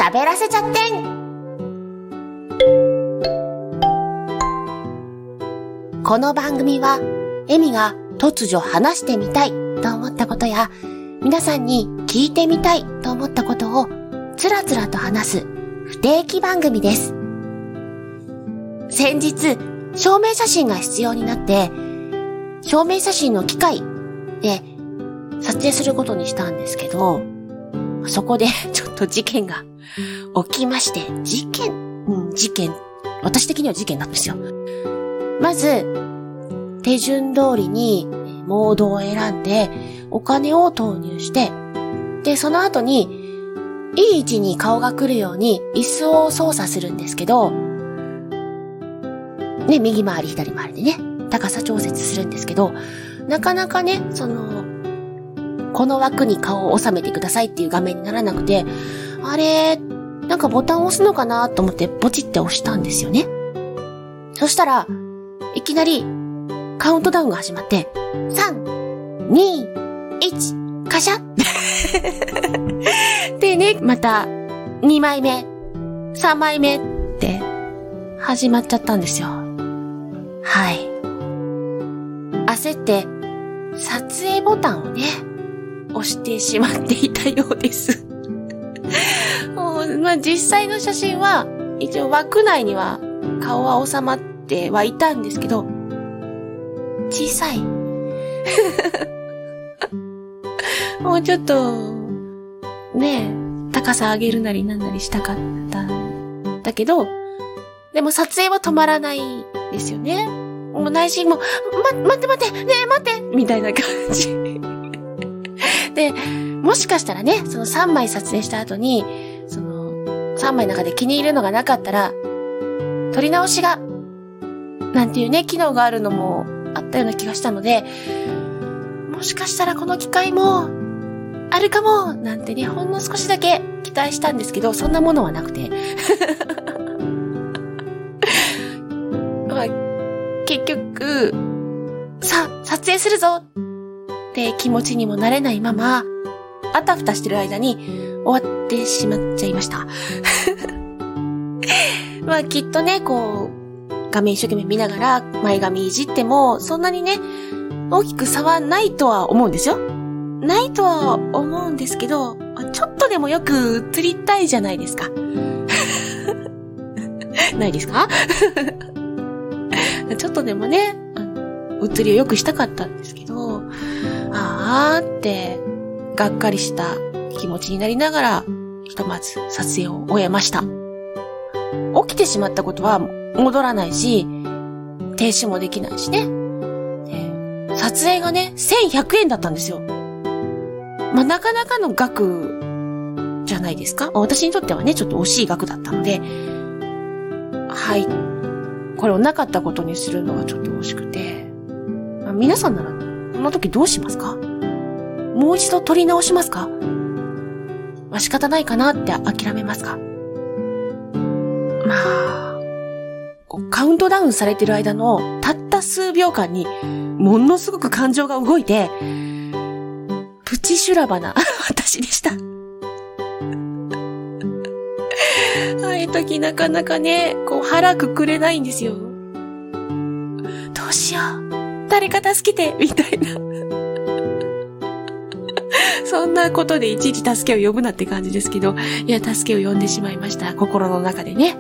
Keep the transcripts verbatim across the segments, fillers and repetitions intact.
喋らせちゃってん。この番組はエミが突如話してみたいと思ったことや皆さんに聞いてみたいと思ったことをつらつらと話す不定期番組です。先日証明写真が必要になって証明写真の機械で撮影することにしたんですけど、そこでちょっと事件が起きまして、事件、うん、事件、私的には事件なんですよ。まず、手順通りにモードを選んでお金を投入して、で、その後にいい位置に顔が来るように椅子を操作するんですけど、ね、右回り左回りでね、高さ調節するんですけど、なかなかね、その、この枠に顔を収めてくださいっていう画面にならなくて、あれ、なんかボタンを押すのかなと思ってポチって押したんですよね。そしたら、いきなりカウントダウンが始まって、さん、に、いち、カシャでね、またにまいめ、さんまいめって始まっちゃったんですよ。はい。焦って撮影ボタンをね、押してしまっていたようです。まあ、実際の写真は一応枠内には顔は収まってはいたんですけど、小さい。もうちょっとねえ、高さ上げるなりなんなりしたかったんだけど、でも撮影は止まらないですよね。もう内心も、ま、待って待って、ねえ待ってみたいな感じ。で、もしかしたらね、そのさんまい撮影した後に、そのさんまいの中で気に入るのがなかったら、撮り直しが、なんていうね、機能があるのもあったような気がしたので、もしかしたらこの機会もあるかも、なんてね、ほんの少しだけ期待したんですけど、そんなものはなくて。まあ、結局、さあ、撮影するぞって気持ちにもなれないまま、あたふたしてる間に終わってしまっちゃいました。まあきっとね、こう、画面一生懸命見ながら前髪いじっても、そんなにね、大きく差はないとは思うんですよ。ないとは思うんですけど、ちょっとでもよく映りたいじゃないですか。ないですか？ちょっとでもね、映りをよくしたかったんですけど、あーってがっかりした気持ちになりながら、ひとまず撮影を終えました。起きてしまったことは戻らないし、停止もできないしね。で、撮影がね、せんひゃくえんだったんですよ。まあ、なかなかの額じゃないですか。私にとってはね、ちょっと惜しい額だったので、はい。これをなかったことにするのはちょっと惜しくて、まあ、皆さんなら、この時どうしますか？もう一度撮り直しますか？まあ、仕方ないかなって諦めますか？まあ、こうカウントダウンされてる間のたった数秒間にものすごく感情が動いて、プチ修羅場な私でした。ああいう時なかなかね、こう腹くくれないんですよ。どうしよう、誰か助けてみたいな。そんなことでいちいち助けを呼ぶなって感じですけど、いや、助けを呼んでしまいました。心の中でね。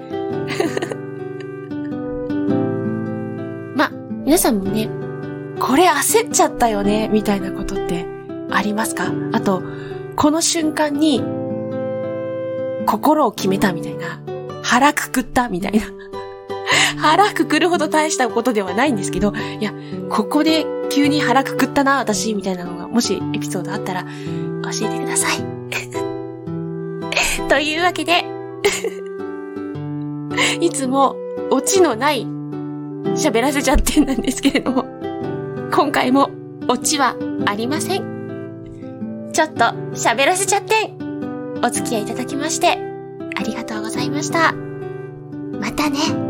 まあ、皆さんもね、これ焦っちゃったよね、みたいなことってありますか？あと、この瞬間に、心を決めたみたいな。腹くくったみたいな。腹くくるほど大したことではないんですけど、いや、ここで急に腹くくったな、私、みたいなのが、もしエピソードあったら、教えてください。というわけで、いつもオチのない喋らせちゃってんなんですけれども、今回もオチはありません。ちょっと喋らせちゃってん。お付き合いいただきまして、ありがとうございました。またね。